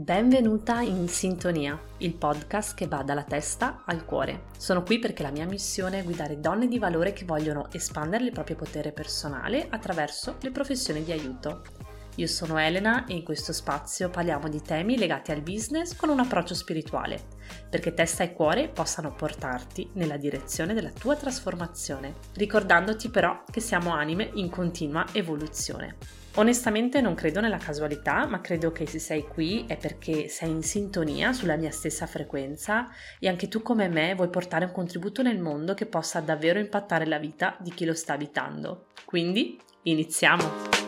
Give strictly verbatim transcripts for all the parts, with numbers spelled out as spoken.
Benvenuta in Sintonia, il podcast che va dalla testa al cuore. Sono qui perché la mia missione è guidare donne di valore che vogliono espandere il proprio potere personale attraverso le professioni di aiuto. Io sono Elena e in questo spazio parliamo di temi legati al business con un approccio spirituale, perché testa e cuore possano portarti nella direzione della tua trasformazione, ricordandoti però che siamo anime in continua evoluzione. Onestamente non credo nella casualità, ma credo che se sei qui è perché sei in sintonia sulla mia stessa frequenza e anche tu come me vuoi portare un contributo nel mondo che possa davvero impattare la vita di chi lo sta abitando. Quindi, iniziamo!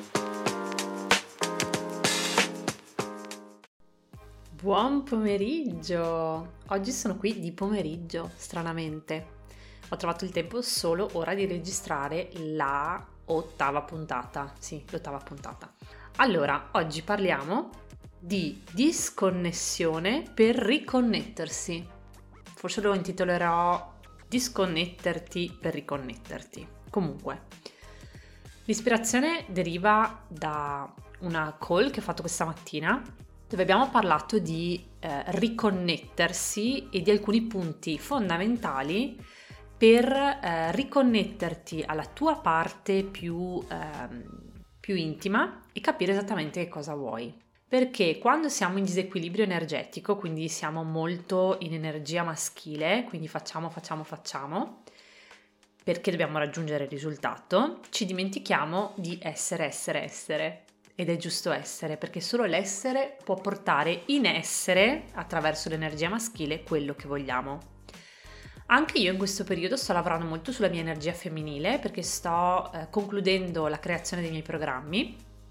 Buon pomeriggio! Oggi sono qui di pomeriggio, stranamente. Ho trovato il tempo solo ora di registrare la ottava puntata. Sì, l'ottava puntata. Allora, oggi parliamo di disconnessione per riconnettersi. Forse lo intitolerò Disconnetterti per riconnetterti. Comunque, l'ispirazione deriva da una call che ho fatto questa mattina, dove abbiamo parlato di eh, riconnettersi e di alcuni punti fondamentali per eh, riconnetterti alla tua parte più, ehm, più intima e capire esattamente che cosa vuoi. Perché quando siamo in disequilibrio energetico, quindi siamo molto in energia maschile, quindi facciamo, facciamo, facciamo, perché dobbiamo raggiungere il risultato, ci dimentichiamo di essere, essere, essere. Ed è giusto essere, perché solo l'essere può portare in essere, attraverso l'energia maschile, quello che vogliamo. Anche io in questo periodo sto lavorando molto sulla mia energia femminile, perché sto eh, concludendo la creazione dei miei programmi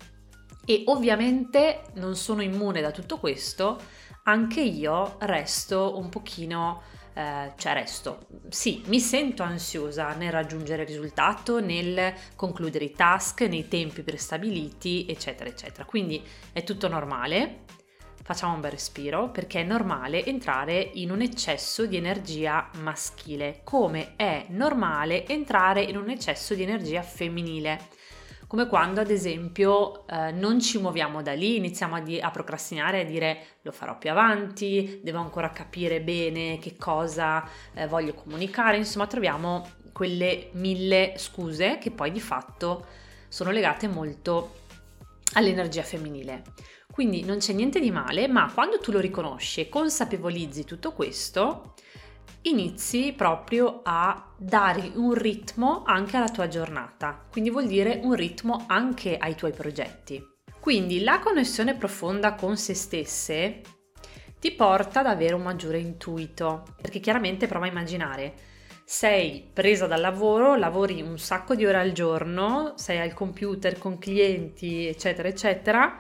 e ovviamente non sono immune da tutto questo, anche io resto un pochino, eh, cioè resto, sì, mi sento ansiosa nel raggiungere il risultato, nel concludere i task, nei tempi prestabiliti, eccetera, eccetera. Quindi è tutto normale. Facciamo un bel respiro, perché è normale entrare in un eccesso di energia maschile, come è normale entrare in un eccesso di energia femminile, come quando ad esempio eh, non ci muoviamo da lì, iniziamo a, di- a procrastinare e a dire lo farò più avanti, devo ancora capire bene che cosa eh, voglio comunicare, insomma troviamo quelle mille scuse che poi di fatto sono legate molto all'energia femminile. Quindi non c'è niente di male, ma quando tu lo riconosci e consapevolizzi tutto questo, inizi proprio a dare un ritmo anche alla tua giornata. Quindi vuol dire un ritmo anche ai tuoi progetti. Quindi la connessione profonda con se stesse ti porta ad avere un maggiore intuito, perché chiaramente prova a immaginare: sei presa dal lavoro, lavori un sacco di ore al giorno, sei al computer con clienti, eccetera, eccetera,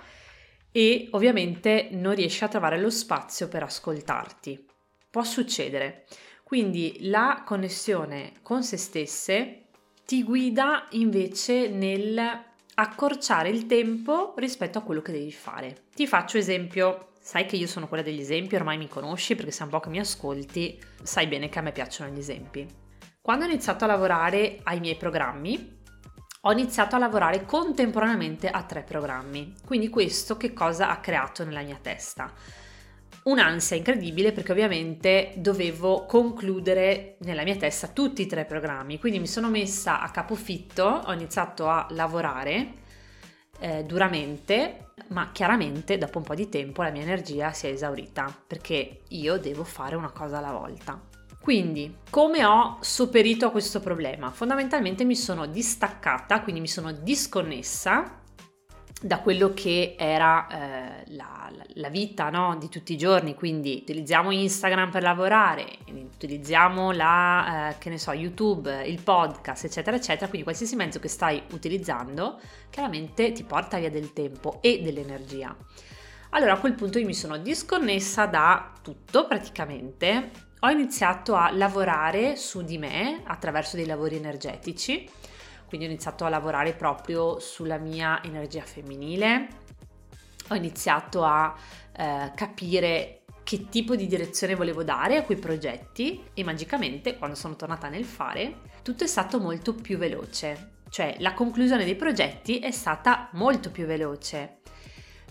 e ovviamente non riesci a trovare lo spazio per ascoltarti. Può succedere. Quindi la connessione con se stesse ti guida invece nel accorciare il tempo rispetto a quello che devi fare. Ti faccio esempio, sai che io sono quella degli esempi, ormai mi conosci perché sei un po' che mi ascolti, sai bene che a me piacciono gli esempi. Quando ho iniziato a lavorare ai miei programmi, ho iniziato a lavorare contemporaneamente a tre programmi. Quindi questo che cosa ha creato nella mia testa? Un'ansia incredibile, perché ovviamente dovevo concludere nella mia testa tutti i tre programmi. Quindi mi sono messa a capofitto, ho iniziato a lavorare eh, duramente, ma chiaramente dopo un po' di tempo la mia energia si è esaurita, perché io devo fare una cosa alla volta. Quindi, come ho sopperito a questo problema? Fondamentalmente mi sono distaccata, quindi mi sono disconnessa da quello che era eh, la, la, la vita, no? Di tutti i giorni. Quindi utilizziamo Instagram per lavorare, utilizziamo la, eh, che ne so, YouTube, il podcast, eccetera, eccetera. Quindi qualsiasi mezzo che stai utilizzando chiaramente ti porta via del tempo e dell'energia. Allora a quel punto io mi sono disconnessa da tutto praticamente. Ho iniziato a lavorare su di me attraverso dei lavori energetici, quindi ho iniziato a lavorare proprio sulla mia energia femminile, ho iniziato a eh, capire che tipo di direzione volevo dare a quei progetti e magicamente quando sono tornata nel fare tutto è stato molto più veloce, cioè la conclusione dei progetti è stata molto più veloce.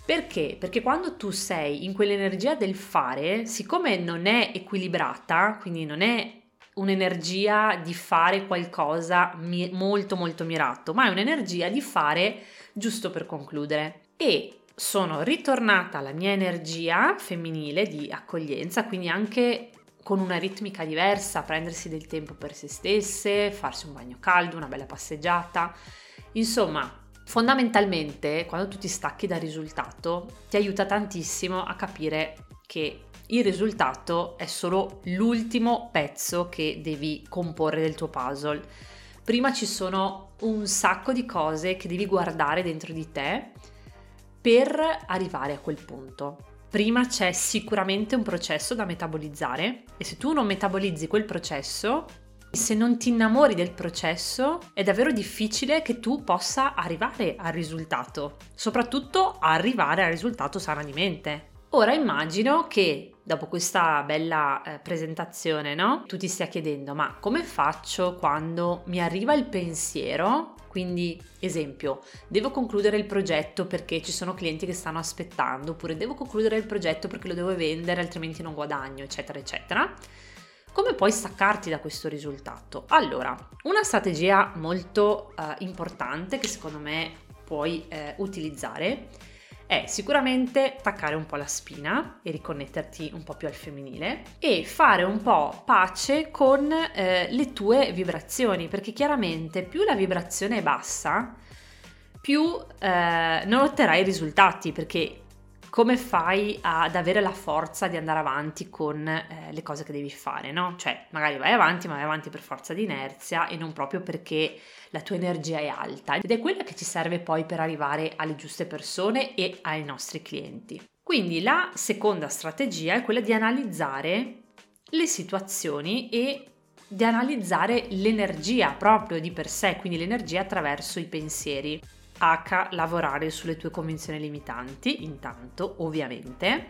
Perché? Perché quando tu sei in quell'energia del fare, siccome non è equilibrata, quindi non è un'energia di fare qualcosa mi- molto molto mirato, ma è un'energia di fare giusto per concludere. E sono ritornata alla mia energia femminile di accoglienza, quindi anche con una ritmica diversa, prendersi del tempo per se stesse, farsi un bagno caldo, una bella passeggiata, insomma. Fondamentalmente, quando tu ti stacchi dal risultato, ti aiuta tantissimo a capire che il risultato è solo l'ultimo pezzo che devi comporre del tuo puzzle. Prima ci sono un sacco di cose che devi guardare dentro di te per arrivare a quel punto. Prima c'è sicuramente un processo da metabolizzare e se tu non metabolizzi quel processo, se non ti innamori del processo, è davvero difficile che tu possa arrivare al risultato, soprattutto arrivare al risultato sana di mente. Ora immagino che dopo questa bella eh, presentazione, no? Tu ti stia chiedendo, ma come faccio quando mi arriva il pensiero? Quindi, esempio, devo concludere il progetto perché ci sono clienti che stanno aspettando, oppure devo concludere il progetto perché lo devo vendere, altrimenti non guadagno, eccetera, eccetera. Come puoi staccarti da questo risultato? Allora, una strategia molto eh, importante che secondo me puoi eh, utilizzare è sicuramente staccare un po' la spina e riconnetterti un po' più al femminile e fare un po' pace con eh, le tue vibrazioni, perché chiaramente più la vibrazione è bassa, più eh, non otterrai i risultati, perché come fai ad avere la forza di andare avanti con eh, le cose che devi fare, no? Cioè, magari vai avanti, ma vai avanti per forza di inerzia e non proprio perché la tua energia è alta. Ed è quella che ci serve poi per arrivare alle giuste persone e ai nostri clienti. Quindi la seconda strategia è quella di analizzare le situazioni e di analizzare l'energia proprio di per sé, quindi l'energia attraverso i pensieri. H, lavorare sulle tue convinzioni limitanti, intanto, ovviamente,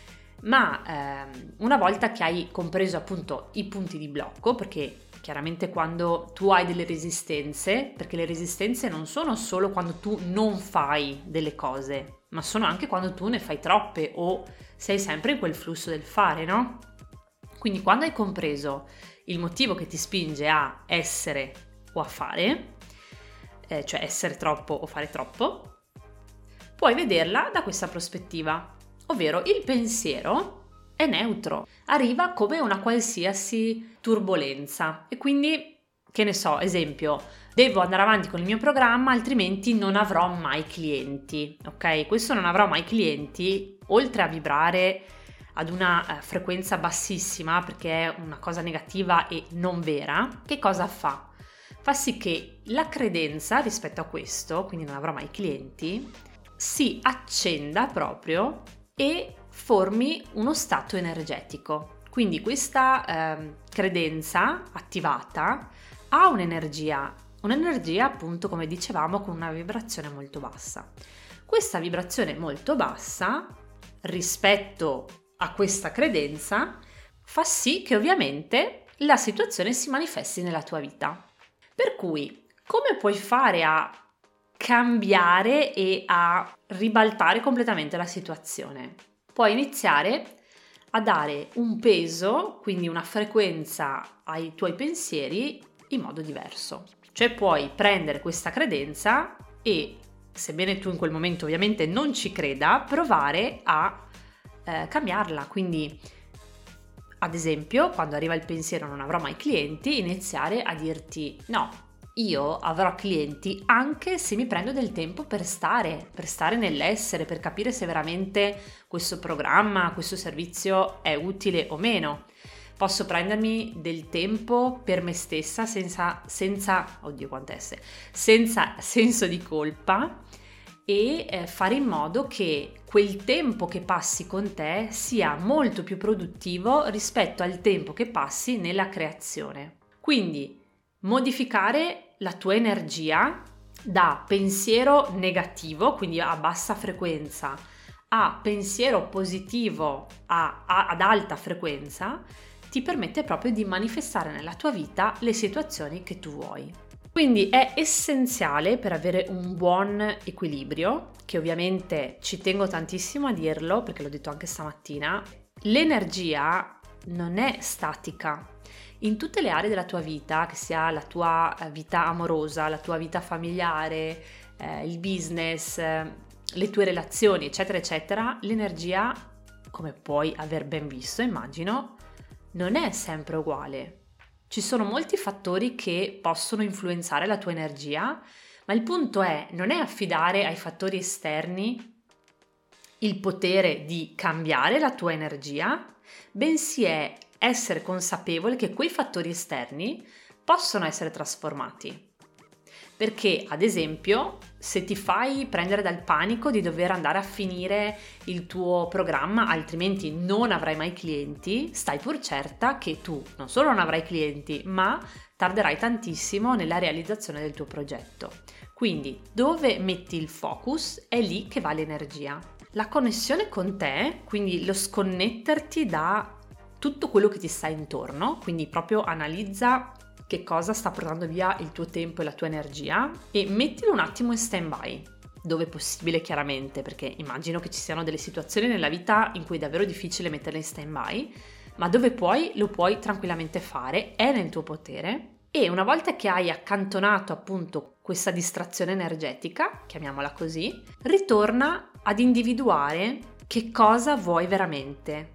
ma ehm, una volta che hai compreso appunto i punti di blocco, perché chiaramente quando tu hai delle resistenze, perché le resistenze non sono solo quando tu non fai delle cose, ma sono anche quando tu ne fai troppe o sei sempre in quel flusso del fare, no? Quindi quando hai compreso il motivo che ti spinge a essere o a fare, Eh, cioè essere troppo o fare troppo, puoi vederla da questa prospettiva, ovvero il pensiero è neutro, arriva come una qualsiasi turbolenza e quindi, che ne so, esempio, devo andare avanti con il mio programma altrimenti non avrò mai clienti, ok? Questo non avrò mai clienti, oltre a vibrare ad una eh, frequenza bassissima perché è una cosa negativa e non vera, che cosa fa? Fa sì che la credenza rispetto a questo, quindi non avrò mai clienti, si accenda proprio e formi uno stato energetico. Quindi questa eh, credenza attivata ha un'energia, un'energia appunto come dicevamo con una vibrazione molto bassa. Questa vibrazione molto bassa rispetto a questa credenza fa sì che ovviamente la situazione si manifesti nella tua vita. Per cui, come puoi fare a cambiare e a ribaltare completamente la situazione? Puoi iniziare a dare un peso, quindi una frequenza ai tuoi pensieri in modo diverso. Cioè puoi prendere questa credenza e, sebbene tu in quel momento ovviamente non ci creda, provare a eh, cambiarla. Quindi, ad esempio, quando arriva il pensiero non avrò mai clienti, iniziare a dirti no, io avrò clienti anche se mi prendo del tempo per stare, per stare nell'essere, per capire se veramente questo programma, questo servizio è utile o meno. Posso prendermi del tempo per me stessa senza, senza, oddio quante esse, senza senso di colpa e eh, fare in modo che quel tempo che passi con te sia molto più produttivo rispetto al tempo che passi nella creazione. Quindi modificare la tua energia da pensiero negativo, quindi a bassa frequenza, a pensiero positivo a, a, ad alta frequenza, ti permette proprio di manifestare nella tua vita le situazioni che tu vuoi. Quindi è essenziale per avere un buon equilibrio, che ovviamente ci tengo tantissimo a dirlo perché l'ho detto anche stamattina, l'energia non è statica. In tutte le aree della tua vita, che sia la tua vita amorosa, la tua vita familiare, eh, il business, eh, le tue relazioni, eccetera, eccetera, l'energia, come puoi aver ben visto, immagino, non è sempre uguale. Ci sono molti fattori che possono influenzare la tua energia, ma il punto è non è affidare ai fattori esterni il potere di cambiare la tua energia, bensì è essere consapevole che quei fattori esterni possono essere trasformati. Perché, ad esempio, se ti fai prendere dal panico di dover andare a finire il tuo programma, altrimenti non avrai mai clienti, stai pur certa che tu non solo non avrai clienti, ma tarderai tantissimo nella realizzazione del tuo progetto. Quindi, dove metti il focus è lì che va l'energia. La connessione con te, quindi lo sconnetterti da tutto quello che ti sta intorno, quindi proprio analizza che cosa sta portando via il tuo tempo e la tua energia e mettilo un attimo in stand-by, dove è possibile chiaramente, perché immagino che ci siano delle situazioni nella vita in cui è davvero difficile metterle in stand-by, ma dove puoi, lo puoi tranquillamente fare, è nel tuo potere. E una volta che hai accantonato appunto questa distrazione energetica, chiamiamola così, ritorna ad individuare che cosa vuoi veramente.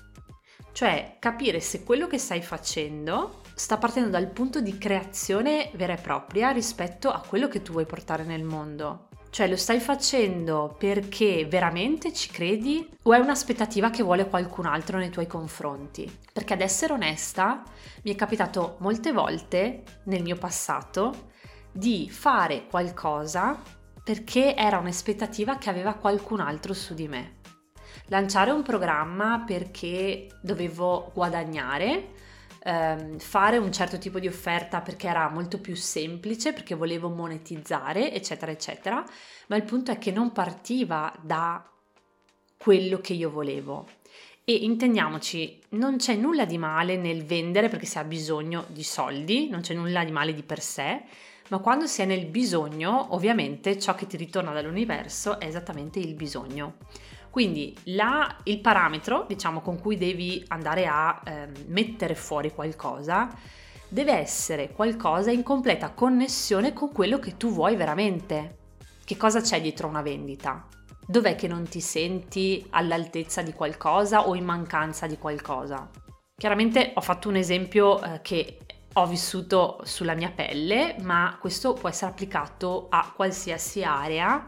Cioè capire se quello che stai facendo sta partendo dal punto di creazione vera e propria rispetto a quello che tu vuoi portare nel mondo. Cioè lo stai facendo perché veramente ci credi o è un'aspettativa che vuole qualcun altro nei tuoi confronti? Perché ad essere onesta mi è capitato molte volte nel mio passato di fare qualcosa perché era un'aspettativa che aveva qualcun altro su di me. Lanciare un programma perché dovevo guadagnare, ehm, fare un certo tipo di offerta perché era molto più semplice, perché volevo monetizzare, eccetera, eccetera, ma il punto è che non partiva da quello che io volevo. E intendiamoci, non c'è nulla di male nel vendere perché si ha bisogno di soldi, non c'è nulla di male di per sé, ma quando si è nel bisogno, ovviamente ciò che ti ritorna dall'universo è esattamente il bisogno. Quindi la, il parametro, diciamo, con cui devi andare a eh, mettere fuori qualcosa deve essere qualcosa in completa connessione con quello che tu vuoi veramente. Che cosa c'è dietro una vendita? Dov'è che non ti senti all'altezza di qualcosa o in mancanza di qualcosa? Chiaramente ho fatto un esempio eh, che ho vissuto sulla mia pelle, ma questo può essere applicato a qualsiasi area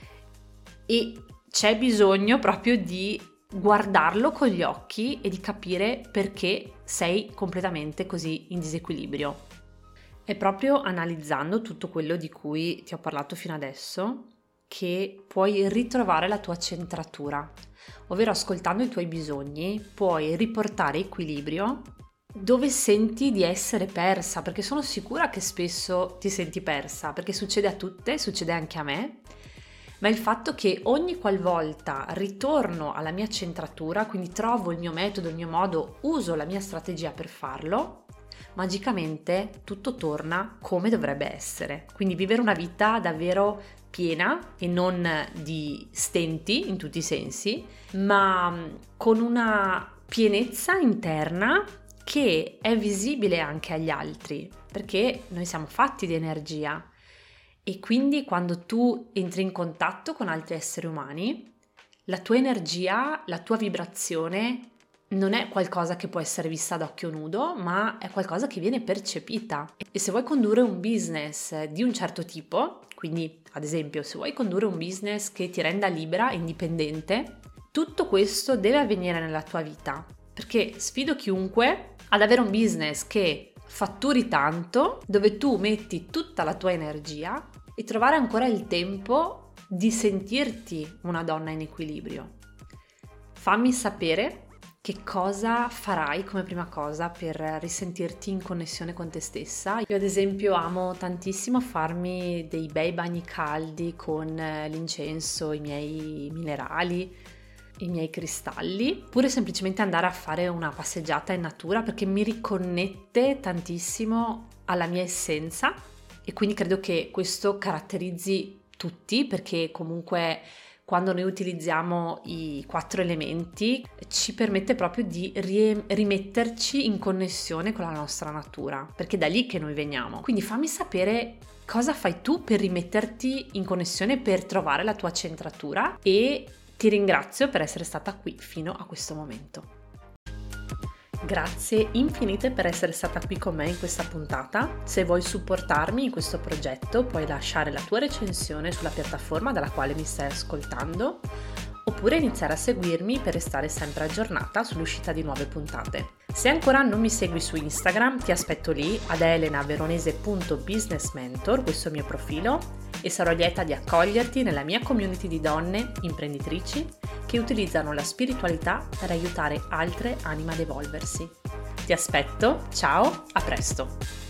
e c'è bisogno proprio di guardarlo con gli occhi e di capire perché sei completamente così in disequilibrio. È proprio analizzando tutto quello di cui ti ho parlato fino adesso che puoi ritrovare la tua centratura, ovvero ascoltando i tuoi bisogni puoi riportare equilibrio dove senti di essere persa, perché sono sicura che spesso ti senti persa, perché succede a tutte, succede anche a me. Ma il fatto che ogni qualvolta ritorno alla mia centratura, quindi trovo il mio metodo, il mio modo, uso la mia strategia per farlo, magicamente tutto torna come dovrebbe essere. Quindi vivere una vita davvero piena e non di stenti in tutti i sensi, ma con una pienezza interna che è visibile anche agli altri, perché noi siamo fatti di energia. E quindi quando tu entri in contatto con altri esseri umani, la tua energia, la tua vibrazione non è qualcosa che può essere vista ad occhio nudo, ma è qualcosa che viene percepita. E se vuoi condurre un business di un certo tipo, quindi ad esempio se vuoi condurre un business che ti renda libera, indipendente, tutto questo deve avvenire nella tua vita. Perché sfido chiunque ad avere un business che fatturi tanto, dove tu metti tutta la tua energia e trovare ancora il tempo di sentirti una donna in equilibrio. Fammi sapere che cosa farai come prima cosa per risentirti in connessione con te stessa. Io ad esempio amo tantissimo farmi dei bei bagni caldi con l'incenso, i miei minerali, i miei cristalli, oppure semplicemente andare a fare una passeggiata in natura perché mi riconnette tantissimo alla mia essenza e quindi credo che questo caratterizzi tutti, perché comunque quando noi utilizziamo i quattro elementi ci permette proprio di rie- rimetterci in connessione con la nostra natura, perché è da lì che noi veniamo. Quindi fammi sapere cosa fai tu per rimetterti in connessione, per trovare la tua centratura, e ti ringrazio per essere stata qui fino a questo momento. Grazie infinite per essere stata qui con me in questa puntata. Se vuoi supportarmi in questo progetto, puoi lasciare la tua recensione sulla piattaforma dalla quale mi stai ascoltando, oppure iniziare a seguirmi per restare sempre aggiornata sull'uscita di nuove puntate. Se ancora non mi segui su Instagram, ti aspetto lì ad elena veronese punto business mentor, questo è il mio profilo, e sarò lieta di accoglierti nella mia community di donne imprenditrici che utilizzano la spiritualità per aiutare altre anime ad evolversi. Ti aspetto, ciao, a presto!